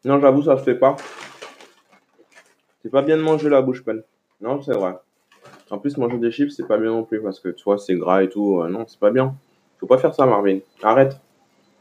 Non, j'avoue, ça se fait pas. C'est pas bien de manger la bouche pleine. Non, c'est vrai. En plus, manger des chips, c'est pas bien non plus parce que tu vois, c'est gras et tout. Non, c'est pas bien. Faut pas faire ça, Marvin. Arrête. De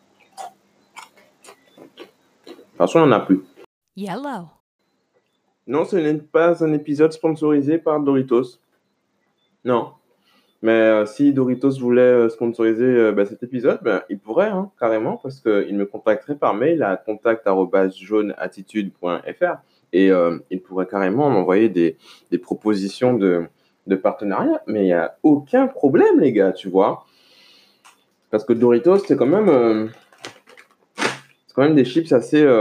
toute façon, il n'y en a plus. Yellow. Non, ce n'est pas un épisode sponsorisé par Doritos. Non. Mais si Doritos voulait sponsoriser cet épisode, il pourrait, hein, carrément, parce qu'il me contacterait par mail à contact@jauneattitude.fr et il pourrait carrément m'envoyer des propositions de partenariat. Mais il n'y a aucun problème, les gars, tu vois. Parce que Doritos, c'est quand même des chips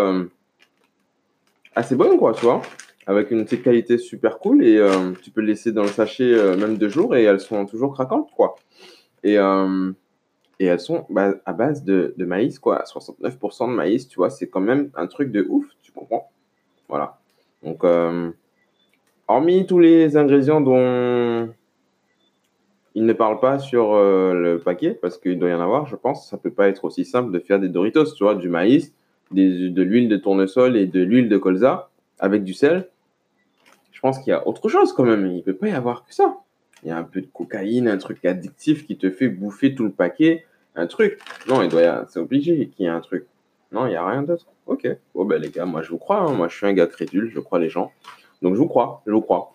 assez bonnes, quoi, tu vois. Avec une petite qualité super cool et tu peux le laisser dans le sachet même 2 jours et elles sont toujours craquantes, quoi. Et, euh, Et elles sont à base de maïs, quoi. 69% de maïs, tu vois, c'est quand même un truc de ouf, tu comprends? Voilà. Donc, hormis tous les ingrédients dont il ne parle pas sur le paquet, parce qu'il doit y en avoir, je pense, ça peut pas être aussi simple de faire des Doritos, tu vois, du maïs, de l'huile de tournesol et de l'huile de colza avec du sel. Je pense qu'il y a autre chose quand même. Il peut pas y avoir que ça. Il y a un peu de cocaïne, un truc addictif qui te fait bouffer tout le paquet, un truc. Non, c'est obligé qu'il y ait un truc. Non, il n'y a rien d'autre. Ok. Bon, ben les gars, moi je vous crois, hein. Moi je suis un gars crédule, je crois les gens. Donc je vous crois, je vous crois.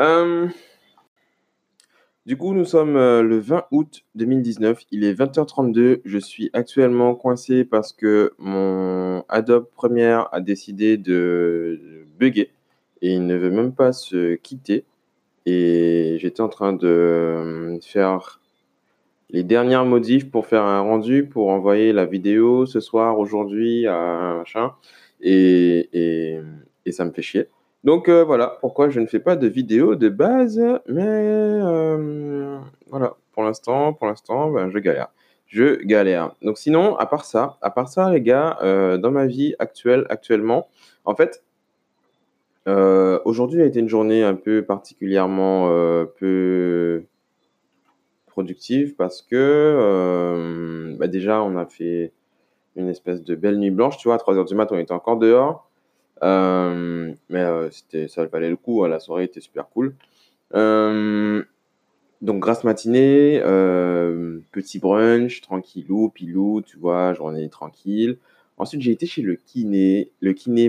Du coup, nous sommes le 20 août 2019. Il est 20h32. Je suis actuellement coincé parce que mon Adobe Premiere a décidé de bugger et il ne veut même pas se quitter. Et j'étais en train de faire les dernières modifs pour faire un rendu pour envoyer la vidéo ce soir, aujourd'hui, à machin. Et, et, et ça me fait chier. Donc voilà pourquoi je ne fais pas de vidéo de base, mais voilà, pour l'instant, je galère. Je galère. Donc sinon, à part ça, les gars, dans ma vie actuellement, en fait, aujourd'hui a été une journée un peu particulièrement peu productive parce que déjà on a fait une espèce de belle nuit blanche, tu vois, à 3 heures du matin on était encore dehors. Mais ça valait le coup, hein, la soirée était super cool. Donc grasse matinée, petit brunch, tranquillou, pilou, tu vois, journée tranquille. Ensuite j'ai été chez le kiné. Le kiné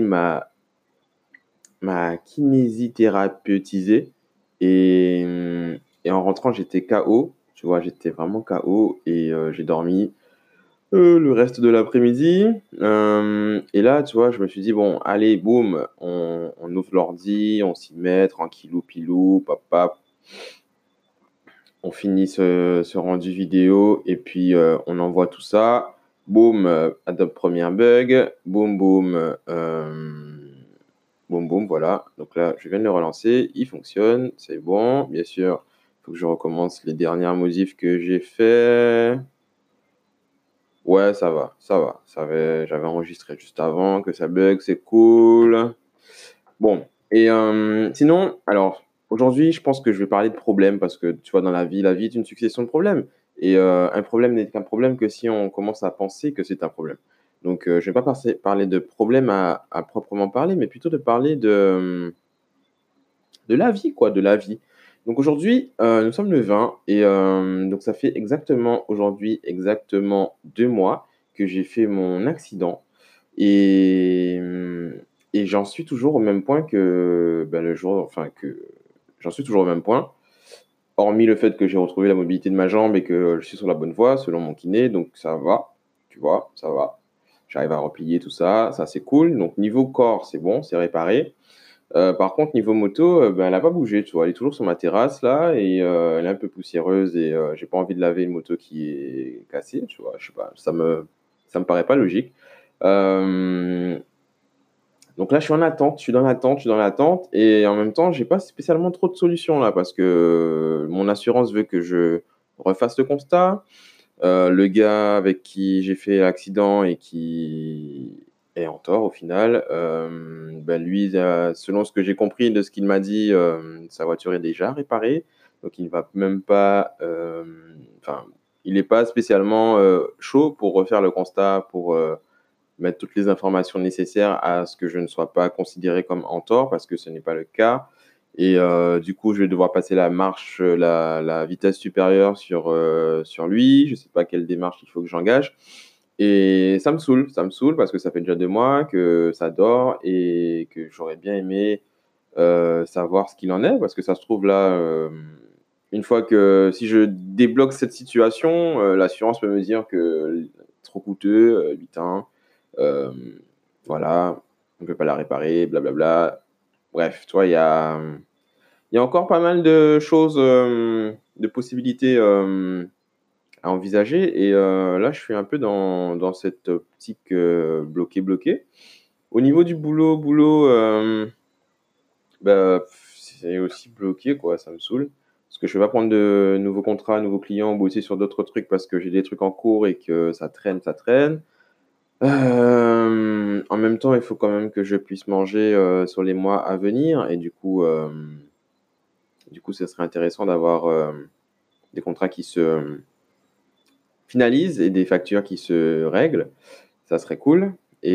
m'a kinésithérapeutisé et, et en rentrant, j'étais KO. Tu vois, j'étais vraiment KO et j'ai dormi le reste de l'après-midi. Et là, tu vois, je me suis dit, bon, allez, boum, on ouvre l'ordi, on s'y met, tranquillou, pilou, papa. On finit ce rendu vidéo et puis on envoie tout ça. Boum, Adobe Premiere bug. Boum, boum. Boum, boum, voilà. Donc là, je viens de le relancer. Il fonctionne. C'est bon. Bien sûr, il faut que je recommence les dernières modifs que j'ai fait. Ouais, ça va. Ça va. J'avais enregistré juste avant que ça bug. C'est cool. Bon. Et sinon, alors, aujourd'hui, je pense que je vais parler de problèmes parce que tu vois, dans la vie est une succession de problèmes. Et un problème n'est qu'un problème que si on commence à penser que c'est un problème. Donc, je ne vais pas parler de problème à proprement parler, mais plutôt de parler de la vie, quoi, de la vie. Donc aujourd'hui, nous sommes le 20 et donc ça fait aujourd'hui exactement 2 mois que j'ai fait mon accident et, et j'en suis toujours au même point j'en suis toujours au même point, hormis le fait que j'ai retrouvé la mobilité de ma jambe et que je suis sur la bonne voie selon mon kiné, donc ça va, tu vois, ça va. J'arrive à replier tout ça, ça c'est cool. Donc niveau corps, c'est bon, c'est réparé. Par contre, niveau moto, elle a pas bougé, tu vois. Elle est toujours sur ma terrasse là et elle est un peu poussiéreuse et j'ai pas envie de laver une moto qui est cassée, tu vois. Je sais pas, ça me paraît pas logique. Euh, donc là, je suis dans l'attente et en même temps, j'ai pas spécialement trop de solutions là parce que mon assurance veut que je refasse le constat. Le gars avec qui j'ai fait l'accident et qui est en tort au final, lui, selon ce que j'ai compris de ce qu'il m'a dit, sa voiture est déjà réparée. Donc il ne va même pas, enfin, il n'est pas spécialement chaud pour refaire le constat, pour mettre toutes les informations nécessaires à ce que je ne sois pas considéré comme en tort, parce que ce n'est pas le cas. Et du coup, je vais devoir passer la marche, la vitesse supérieure sur lui. Je ne sais pas quelle démarche il faut que j'engage. Et ça me saoule parce que ça fait déjà 2 mois que ça dort et que j'aurais bien aimé savoir ce qu'il en est, parce que ça se trouve là, une fois que si je débloque cette situation, l'assurance peut me dire que trop coûteux, lutin, euh, voilà, on ne peut pas la réparer, blablabla. Bref, toi, il y a encore pas mal de choses, de possibilités à envisager. Et là, je suis un peu dans cette optique bloqué. Au niveau du boulot, bah, c'est aussi bloqué, quoi, ça me saoule. Parce que je ne vais pas prendre de nouveaux contrats, nouveaux clients, bosser sur d'autres trucs parce que j'ai des trucs en cours et que ça traîne, ça traîne. En même temps, il faut quand même que je puisse manger sur les mois à venir. Et du coup, ce serait intéressant d'avoir des contrats qui se finalisent et des factures qui se règlent. Ça serait cool.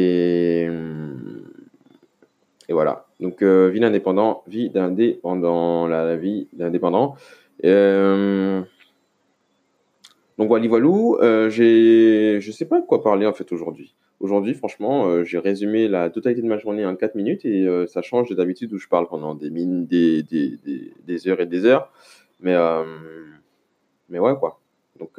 Et voilà. Donc, vie d'indépendant, la vie d'indépendant. Euh, donc, voilou, je sais pas de quoi parler en fait aujourd'hui. Aujourd'hui, franchement, j'ai résumé la totalité de ma journée en 4 minutes et ça change de d'habitude où je parle pendant des heures et des heures. Mais, euh, mais ouais, quoi. Donc,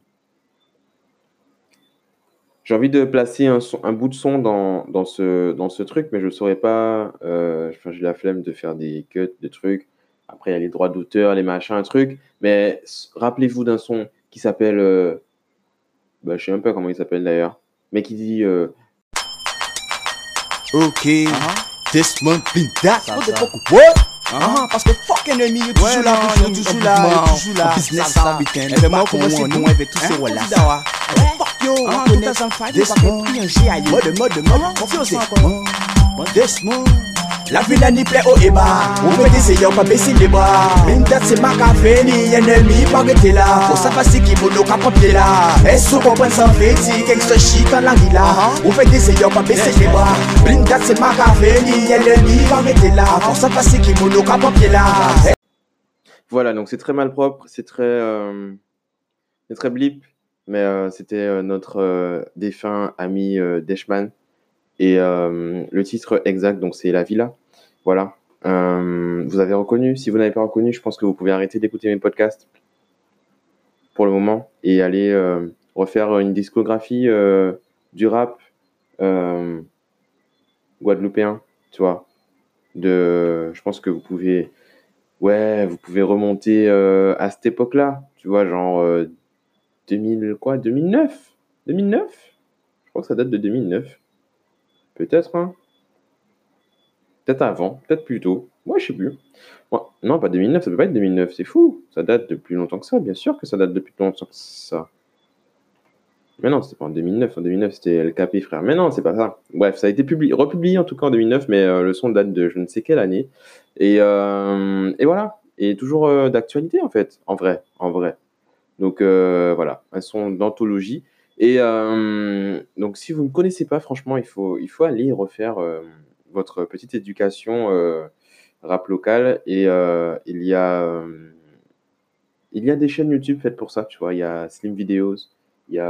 j'ai envie de placer un bout de son dans ce truc, mais je ne saurais pas. Enfin, j'ai la flemme de faire des cuts, des trucs. Après, il y a les droits d'auteur, les machins, un truc. Mais rappelez-vous d'un son qui s'appelle. Bah, je sais même pas comment il s'appelle d'ailleurs. Mais qui dit. Ok, this month be that. Ça, What the ça. fuck? What? Parce que fuck ennemi, il est toujours là, il est toujours là, il est toujours là. Business Ça, ça. en week-end. Eh ben, moi, comment c'est bon avec tous ces rôles-là. Fuck yo, on connaît this month. Mode, confiance. This month. La ville n'y plaît au ébat. On peut essayer, on pas baisser les bras. Une date c'est ma café, ni ennemi, pas arrêter là. Pour ça, parce qu'il faut nous capoter là. Est-ce qu'on comprend sans féti, quelque shit dans la vie là. On peut essayer, on pas baisser les bras. Une date c'est ma café, ni ennemi, pas arrêter là. Pour ça, parce qu'il faut nous capoter là. Voilà, donc c'est très malpropre, c'est très blip. Mais c'était notre défunt ami Deshman. Et le titre exact, donc c'est La Villa. Voilà. Vous avez reconnu. Si vous n'avez pas reconnu, je pense que vous pouvez arrêter d'écouter mes podcasts pour le moment et aller refaire une discographie du rap guadeloupéen, tu vois. Je pense que vous pouvez remonter à cette époque-là, tu vois, genre 2000 quoi, 2009? 2009? Je crois que ça date de 2009. Peut-être, hein. Peut-être avant, peut-être plus tôt. Moi, je sais plus. Ouais, non, pas 2009, ça peut pas être 2009, c'est fou. Ça date de plus longtemps que ça, bien sûr que ça date de plus longtemps que ça. Mais non, c'était pas en 2009. En 2009, c'était LKP, frère. Mais non, c'est pas ça. Bref, ça a été republié en tout cas en 2009, mais le son date de je ne sais quelle année. Et voilà. Et toujours d'actualité, en fait. En vrai. Donc voilà, un son d'anthologie. Et donc si vous ne connaissez pas, franchement, il faut aller refaire votre petite éducation rap local. Et il y a des chaînes YouTube faites pour ça, tu vois. Il y a Slim Videos, il y a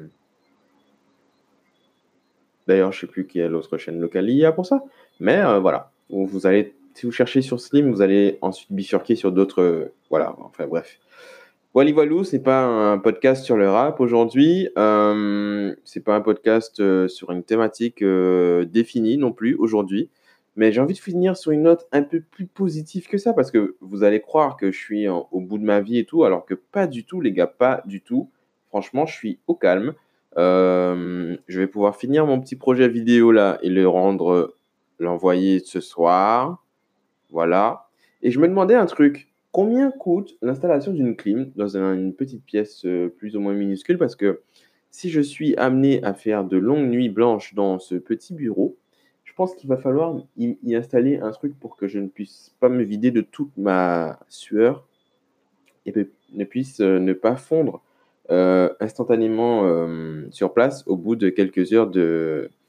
d'ailleurs, je sais plus quelle autre chaîne locale il y a pour ça. Mais voilà, vous allez, si vous cherchez sur Slim, vous allez ensuite bifurquer sur d'autres. Voilà, enfin bref. Walou, c'est pas un podcast sur le rap aujourd'hui. C'est pas un podcast sur une thématique définie non plus aujourd'hui. Mais j'ai envie de finir sur une note un peu plus positive que ça parce que vous allez croire que je suis au bout de ma vie et tout, alors que pas du tout, les gars, pas du tout. Franchement, je suis au calme. Je vais pouvoir finir mon petit projet vidéo là et l'envoyer ce soir. Voilà. Et je me demandais un truc. Combien coûte l'installation d'une clim dans une petite pièce plus ou moins minuscule? Parce que si je suis amené à faire de longues nuits blanches dans ce petit bureau, je pense qu'il va falloir y installer un truc pour que je ne puisse pas me vider de toute ma sueur et ne puisse ne pas fondre instantanément sur place au bout de quelques heures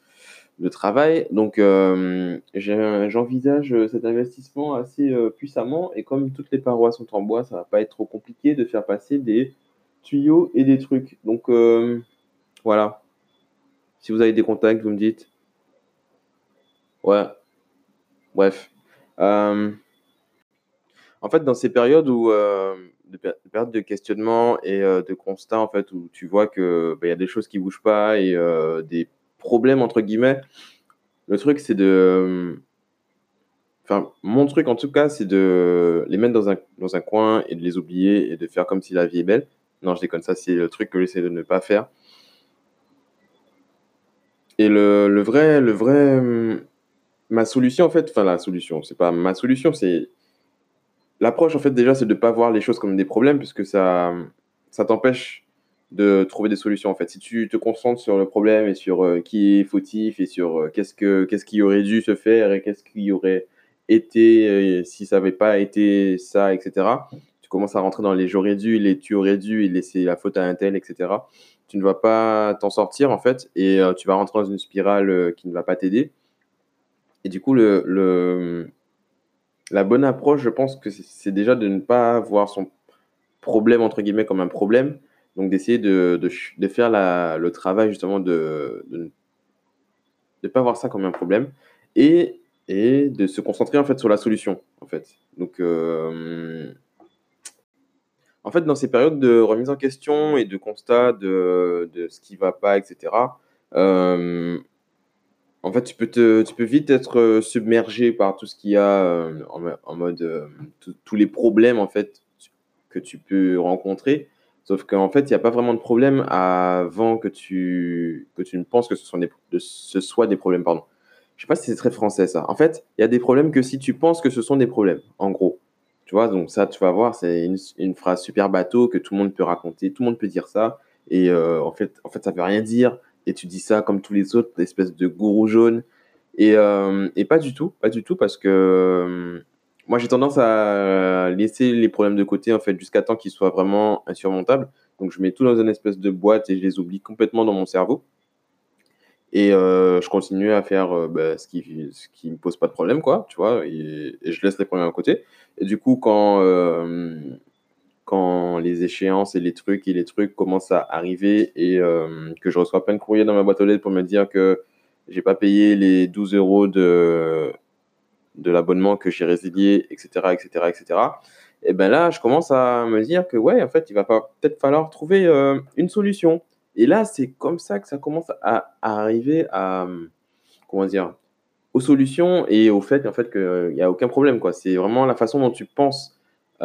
de travail. Donc, j'envisage cet investissement assez puissamment. Et comme toutes les parois sont en bois, ça va pas être trop compliqué de faire passer des tuyaux et des trucs. Donc, voilà. Si vous avez des contacts, vous me dites. Ouais, bref. Euh, En fait, dans ces périodes où, de périodes de questionnement et de constat, en fait, où tu vois que, bah, il y a des choses qui bougent pas et des «problèmes» entre guillemets, le truc c'est de, enfin, mon truc en tout cas, c'est de les mettre dans un coin et de les oublier et de faire comme si la vie est belle. Non, je déconne, ça c'est le truc que j'essaie de ne pas faire. Et ma solution en fait, enfin la solution, c'est pas ma solution, c'est l'approche en fait déjà, c'est de pas voir les choses comme des problèmes puisque ça t'empêche de trouver des solutions en fait. Si tu te concentres sur le problème et sur, qui est fautif et sur, qu'est-ce qui aurait dû se faire et qu'est-ce qui aurait été, si ça avait pas été ça et cetera. Tu commences à rentrer dans les «j'aurais dû», les «tu aurais dû» et laisser la faute à un tel et cetera. Tu ne vas pas t'en sortir en fait et tu vas rentrer dans une spirale, qui ne va pas t'aider et du coup la bonne approche, je pense que c'est déjà de ne pas voir son «problème» entre guillemets comme un problème, donc d'essayer de faire le travail justement de ne pas voir ça comme un problème et de se concentrer en fait sur la solution, en fait. Donc en fait, dans ces périodes de remise en question et de constat de ce qui va pas et cetera, hem, en fait, tu peux vite être, submergé par tout ce qu'il y a, en mode, tous les problèmes en fait que tu peux rencontrer. Sauf qu'en fait, il y a pas vraiment de problème avant que tu ne penses que ce soit des problèmes, pardon. Je sais pas si c'est très français ça. En fait, il y a des problèmes que si tu penses que ce sont des problèmes, en gros. Tu vois? Donc ça, tu vas voir, c'est une phrase super bateau que tout le monde peut raconter, tout le monde peut dire ça et en fait, ça veut rien dire et tu dis ça comme tous les autres, espèce de gourou jaune et pas du tout, pas du tout parce que, moi j'ai tendance à laisser les problèmes de côté, en fait, jusqu'à temps qu'ils soient vraiment insurmontables. Donc je mets tout dans une espèce de boîte et je les oublie complètement dans mon cerveau et je continue à faire, bah, ce qui me pose pas de problème, quoi, tu vois? Et je laisse les problèmes à côté et du coup, quand les échéances et les trucs commencent à arriver et que je reçois plein de courriers dans ma boîte aux lettres pour me dire que j'ai pas payé les 12 € de l'abonnement que j'ai résilié et cetera et cetera et cetera et ben là, je commence à me dire que ouais, en fait, il va pas peut-être falloir trouver, une solution et là, c'est comme ça que ça commence à arriver à, comment dire? Aux solutions et au fait, en fait, qu'il y a aucun problème, quoi. C'est vraiment la façon dont tu penses,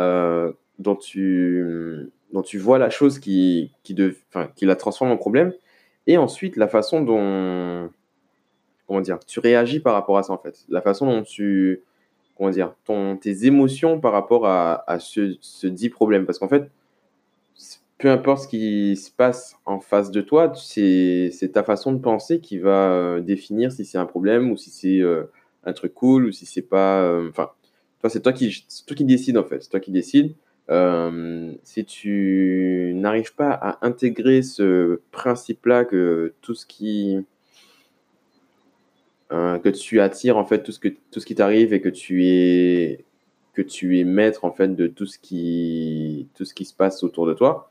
dont tu vois la chose qui la transforme en problème et ensuite la façon dont, comment dire? Tu réagis par rapport à ça, en fait. La façon dont comment dire? Tes émotions par rapport à ce dit problème. Parce qu'en fait, peu importe ce qui se passe en face de toi, c'est ta façon de penser qui va, définir si c'est un problème ou si c'est, un truc cool ou si c'est pas, enfin, toi, c'est toi qui décides, en fait. C'est toi qui décides. Si tu n'arrives pas à intégrer ce principe-là que que tu attires, en fait, tout ce qui t'arrive et que tu es maître, en fait, de tout ce qui se passe autour de toi.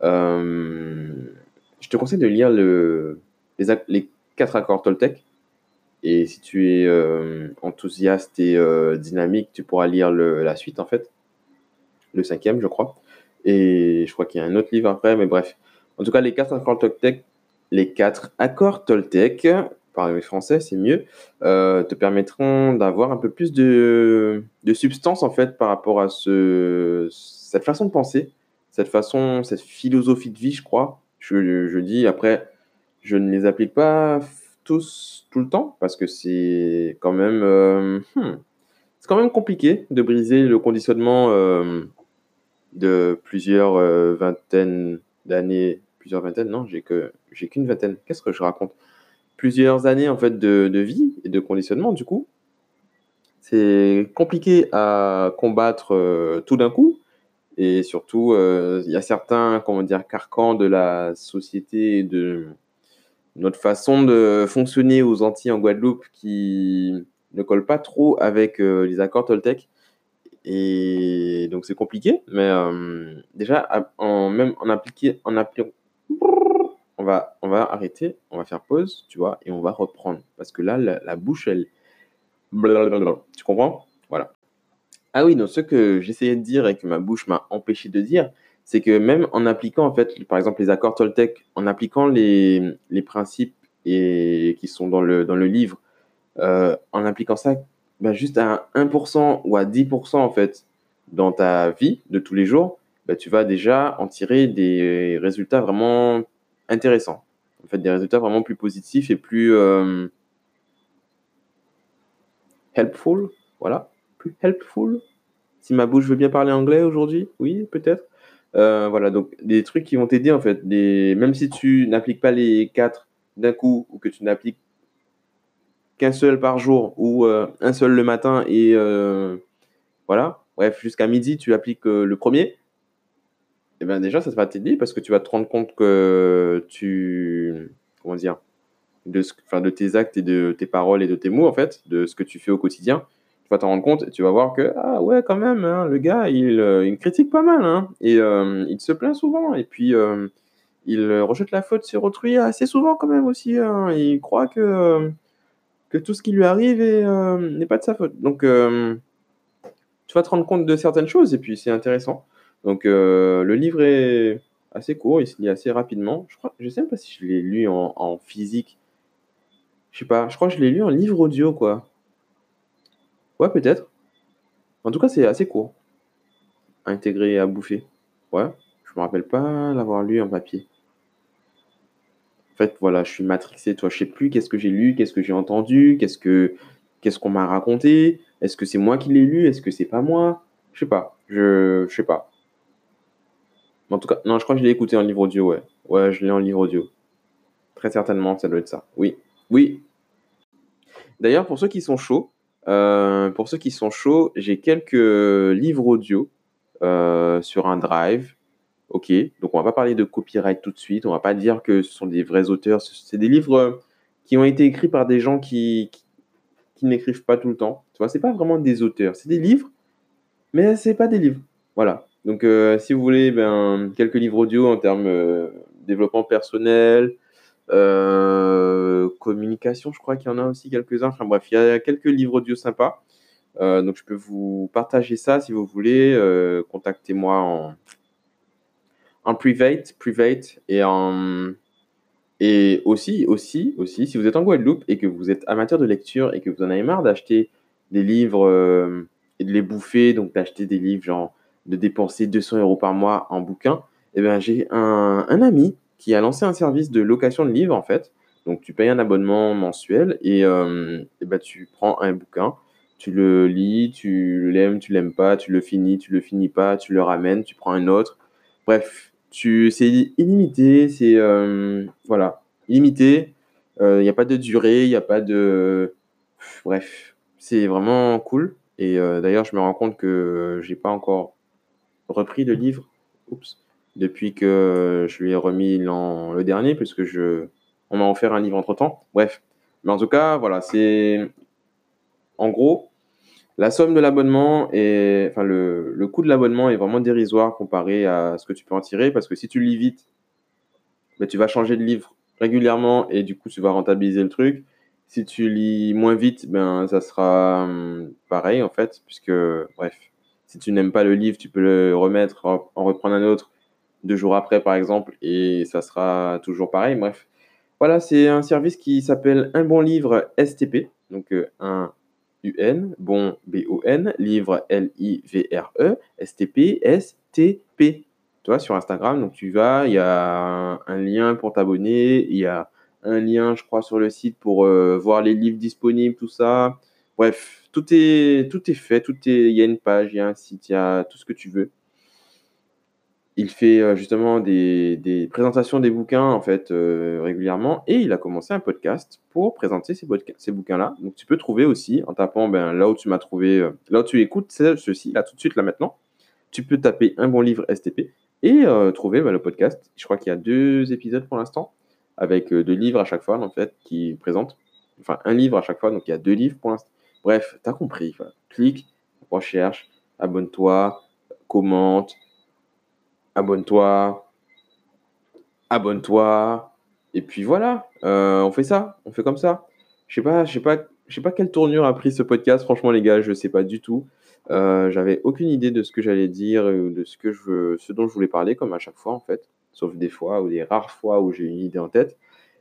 Je te conseille de lire les 4 accords Toltec et si tu es, enthousiaste et dynamique, tu pourras lire la suite, en fait, le cinquième, je crois et je crois qu'il y a un autre livre après, mais bref. En tout cas, les 4 accords Toltec, parler français, c'est mieux, te permettront d'avoir un peu plus de substance, en fait, par rapport à cette façon de penser, cette philosophie de vie, je crois. Je dis après, je ne les applique pas tous, tout le temps parce que c'est quand même compliqué de briser le conditionnement, de plusieurs, vingtaines d'années, plusieurs vingtaines, non, j'ai qu'une vingtaine. Qu'est-ce que je raconte? Plusieurs années, en fait, de vie et de conditionnement, du coup. C'est compliqué à combattre, tout d'un coup et surtout, il y a certains, comment dire, carcans de la société et notre façon de fonctionner aux Antilles en Guadeloupe qui ne colle pas trop avec les accords Toltec. Et donc c'est compliqué, mais déjà même en appliquant, on va arrêter, on va faire pause, tu vois, et on va reprendre parce que là la bouche elle, blablabla. Tu comprends? Voilà. Ah oui, donc ce que j'essayais de dire et que ma bouche m'a empêché de dire, c'est que même en appliquant en fait, par exemple les accords Toltec, en appliquant les principes et qui sont dans le livre, en appliquant ça bah, juste à 1% ou à 10% en fait dans ta vie de tous les jours, bah, tu vas déjà en tirer des résultats vraiment intéressants. En fait, des résultats vraiment plus positifs et plus helpful. Voilà, plus helpful. Si ma bouche veut bien parler anglais aujourd'hui, oui, peut-être. Voilà, donc des trucs qui vont t'aider en fait. Même si tu n'appliques pas les 4 d'un coup ou que tu n'appliques qu'un seul par jour ou un seul le matin et voilà, bref, jusqu'à midi, tu appliques le premier, et bien déjà, ça va t'aider parce que tu vas te rendre compte que comment dire, enfin, de tes actes et de tes paroles et de tes mots, en fait, de ce que tu fais au quotidien. Tu vas t'en rendre compte et tu vas voir que, ah ouais, quand même, hein, le gars, il critique pas mal, hein, et il se plaint souvent, et puis il rejette la faute sur autrui assez souvent quand même aussi, hein, et il croit que tout ce qui lui arrive n'est pas de sa faute. Donc, tu vas te rendre compte de certaines choses et puis c'est intéressant. Donc, le livre est assez court, il se lit assez rapidement. Je sais même pas si je l'ai lu en physique. Je sais pas, je crois que je l'ai lu en livre audio, quoi. Ouais, peut-être. En tout cas, c'est assez court à intégrer et à bouffer. Ouais, je me rappelle pas l'avoir lu en papier. En fait, voilà, je suis matrixé, toi, je sais plus qu'est-ce que j'ai lu, qu'est-ce que j'ai entendu, qu'est-ce qu'on m'a raconté. Est-ce que c'est moi qui l'ai lu? Est-ce que c'est pas moi? Je sais pas. Je sais pas. En tout cas, non, je crois que je l'ai écouté en livre audio, ouais. Ouais, je l'ai en livre audio. Très certainement, ça doit être ça. Oui. Oui. D'ailleurs, pour ceux qui sont chauds, j'ai quelques livres audio sur un drive. Ok, donc on va pas parler de copyright tout de suite. On va pas dire que ce sont des vrais auteurs. C'est des livres qui ont été écrits par des gens qui n'écrivent pas tout le temps. Tu vois, c'est pas vraiment des auteurs. C'est des livres, mais c'est pas des livres. Voilà. Donc, si vous voulez, quelques livres audio en termes développement personnel, communication, je crois qu'il y en a aussi quelques-uns. Enfin bref, il y a quelques livres audio sympas. Donc, je peux vous partager ça si vous voulez. Contactez-moi en private et aussi, si vous êtes en Guadeloupe et que vous êtes amateur de lecture et que vous en avez marre d'acheter des livres et de les bouffer, donc d'acheter des livres, genre de dépenser 200 € par mois en bouquins, eh ben, j'ai un ami qui a lancé un service de location de livres, en fait. Donc, tu payes un abonnement mensuel et ben, tu prends un bouquin, tu le lis, tu l'aimes, tu l'aimes pas, tu le finis pas, tu le ramènes, tu prends un autre. Bref, c'est illimité, c'est voilà, illimité. Il n'y a pas de durée, il n'y a pas de. Bref, c'est vraiment cool. Et d'ailleurs, je me rends compte que j'ai pas encore repris le livre. Oups. Depuis que je lui ai remis le dernier, puisque on m'a offert un livre entre temps. Bref. Mais en tout cas, voilà, c'est en gros. La somme de l'abonnement enfin le coût de l'abonnement est vraiment dérisoire comparé à ce que tu peux en tirer parce que si tu lis vite, ben, tu vas changer de livre régulièrement et du coup tu vas rentabiliser le truc. Si tu lis moins vite, ben ça sera pareil en fait puisque bref, si tu n'aimes pas le livre, tu peux le remettre, en reprendre un autre 2 jours après par exemple et ça sera toujours pareil. Bref, voilà, c'est un service qui s'appelle Un Bon Livre STP, donc un UN, bon BON, livre LIVRE, STP, STP. Tu vois, sur Instagram, donc tu vas, il y a un lien pour t'abonner, il y a un lien, je crois, sur le site pour voir les livres disponibles, tout ça. Bref, tout est fait, il y a une page, il y a un site, il y a tout ce que tu veux. Il fait justement des présentations des bouquins en fait régulièrement et il a commencé un podcast pour présenter ces bouquins-là. Donc tu peux trouver aussi en tapant là où tu m'as trouvé, là où tu écoutes ceci, là tout de suite, là maintenant. Tu peux taper Un Bon Livre STP et trouver le podcast. Je crois qu'il y a 2 épisodes pour l'instant avec 2 livres à chaque fois, en fait, qui présentent. Enfin, un livre à chaque fois, donc il y a 2 livres pour l'instant. Bref, t'as compris. Voilà. Clique, recherche, abonne-toi, commente, abonne-toi, abonne-toi. Et puis voilà, on fait ça, on fait comme ça. Je sais pas quelle tournure a pris ce podcast, franchement les gars, je sais pas du tout. J'avais aucune idée de ce que j'allais dire, de ce dont je voulais parler, comme à chaque fois en fait, sauf des fois ou des rares fois où j'ai une idée en tête.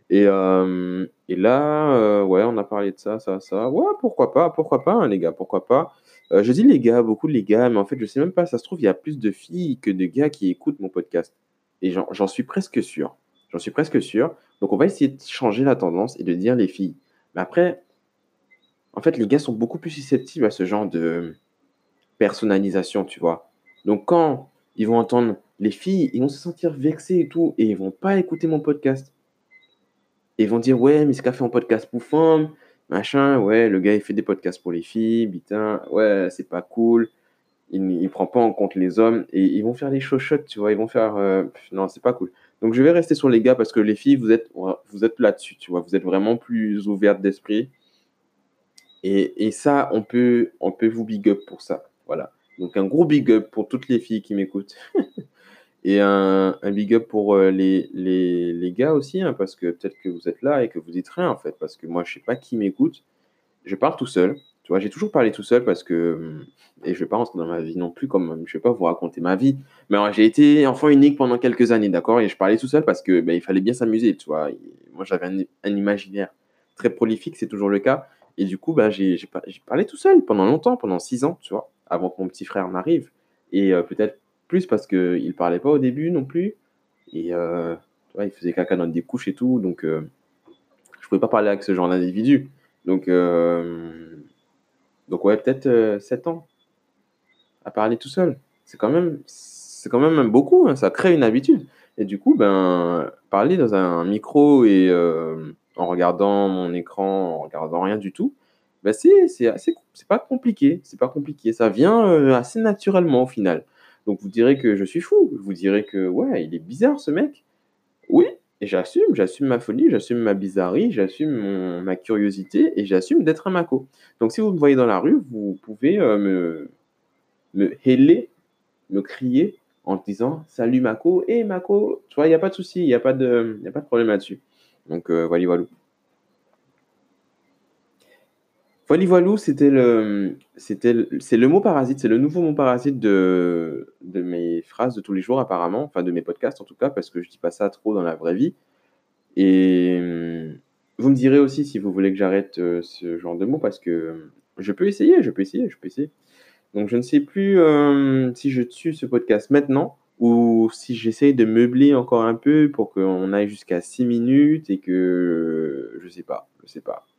Et là, ouais, on a parlé de ça. Ouais, pourquoi pas, hein, les gars, pourquoi pas. Je dis les gars, beaucoup de les gars, mais en fait, je sais même pas, ça se trouve, il y a plus de filles que de gars qui écoutent mon podcast. Et j'en suis presque sûr. J'en suis presque sûr. Donc, on va essayer de changer la tendance et de dire les filles. Mais après, en fait, les gars sont beaucoup plus susceptibles à ce genre de personnalisation, tu vois. Donc, quand ils vont entendre les filles, ils vont se sentir vexés et tout, et ils vont pas écouter mon podcast. Et ils vont dire, ouais, mais ce qu'a fait un podcast pour femmes, machin, ouais, le gars, il fait des podcasts pour les filles, putain, ouais, c'est pas cool, il prend pas en compte les hommes, et ils vont faire des chochottes, tu vois, ils vont faire, non, c'est pas cool. Donc, je vais rester sur les gars, parce que les filles, vous êtes là-dessus, tu vois, vous êtes vraiment plus ouvertes d'esprit, et ça, on peut vous big up pour ça, voilà. Donc, un gros big up pour toutes les filles qui m'écoutent. Et un big up pour les gars aussi, hein, parce que peut-être que vous êtes là et que vous dites rien en fait, parce que moi je sais pas qui m'écoute. Je parle tout seul, tu vois, j'ai toujours parlé tout seul parce que, et je vais pas rentrer dans ma vie non plus, comme je vais pas vous raconter ma vie, mais alors, j'ai été enfant unique pendant quelques années, d'accord, et je parlais tout seul parce que ben, il fallait bien s'amuser, tu vois. Et moi j'avais un imaginaire très prolifique, c'est toujours le cas, et du coup bah, j'ai parlé tout seul pendant longtemps, pendant 6 ans, tu vois, avant que mon petit frère n'arrive, et peut-être plus parce qu'il parlait pas au début non plus. Et tu vois, il faisait caca dans des couches et tout. Donc, je pouvais pas parler avec ce genre d'individu. Donc, donc ouais, peut-être 7 ans à parler tout seul. C'est quand même beaucoup, hein, ça crée une habitude. Et du coup, ben, parler dans un micro et en regardant mon écran, en regardant rien du tout, ben c'est pas compliqué. C'est pas compliqué. Ça vient assez naturellement au final. Donc vous direz que je suis fou. Vous direz que ouais, il est bizarre ce mec. Oui, et j'assume ma folie, j'assume ma bizarrerie, ma curiosité et j'assume d'être un maco. Donc si vous me voyez dans la rue, vous pouvez me héler, me crier en disant salut Mako, et Mako, tu vois, il n'y a pas de souci, y a pas de problème là-dessus. Donc voilà, voilà. Voilà, voilà, c'est le mot parasite, c'est le nouveau mot parasite de mes phrases de tous les jours apparemment, enfin de mes podcasts en tout cas, parce que je dis pas ça trop dans la vraie vie. Et vous me direz aussi si vous voulez que j'arrête ce genre de mots, parce que je peux essayer. Donc je ne sais plus si je tue ce podcast maintenant ou si j'essaye de meubler encore un peu pour qu'on aille jusqu'à 6 minutes et que je sais pas.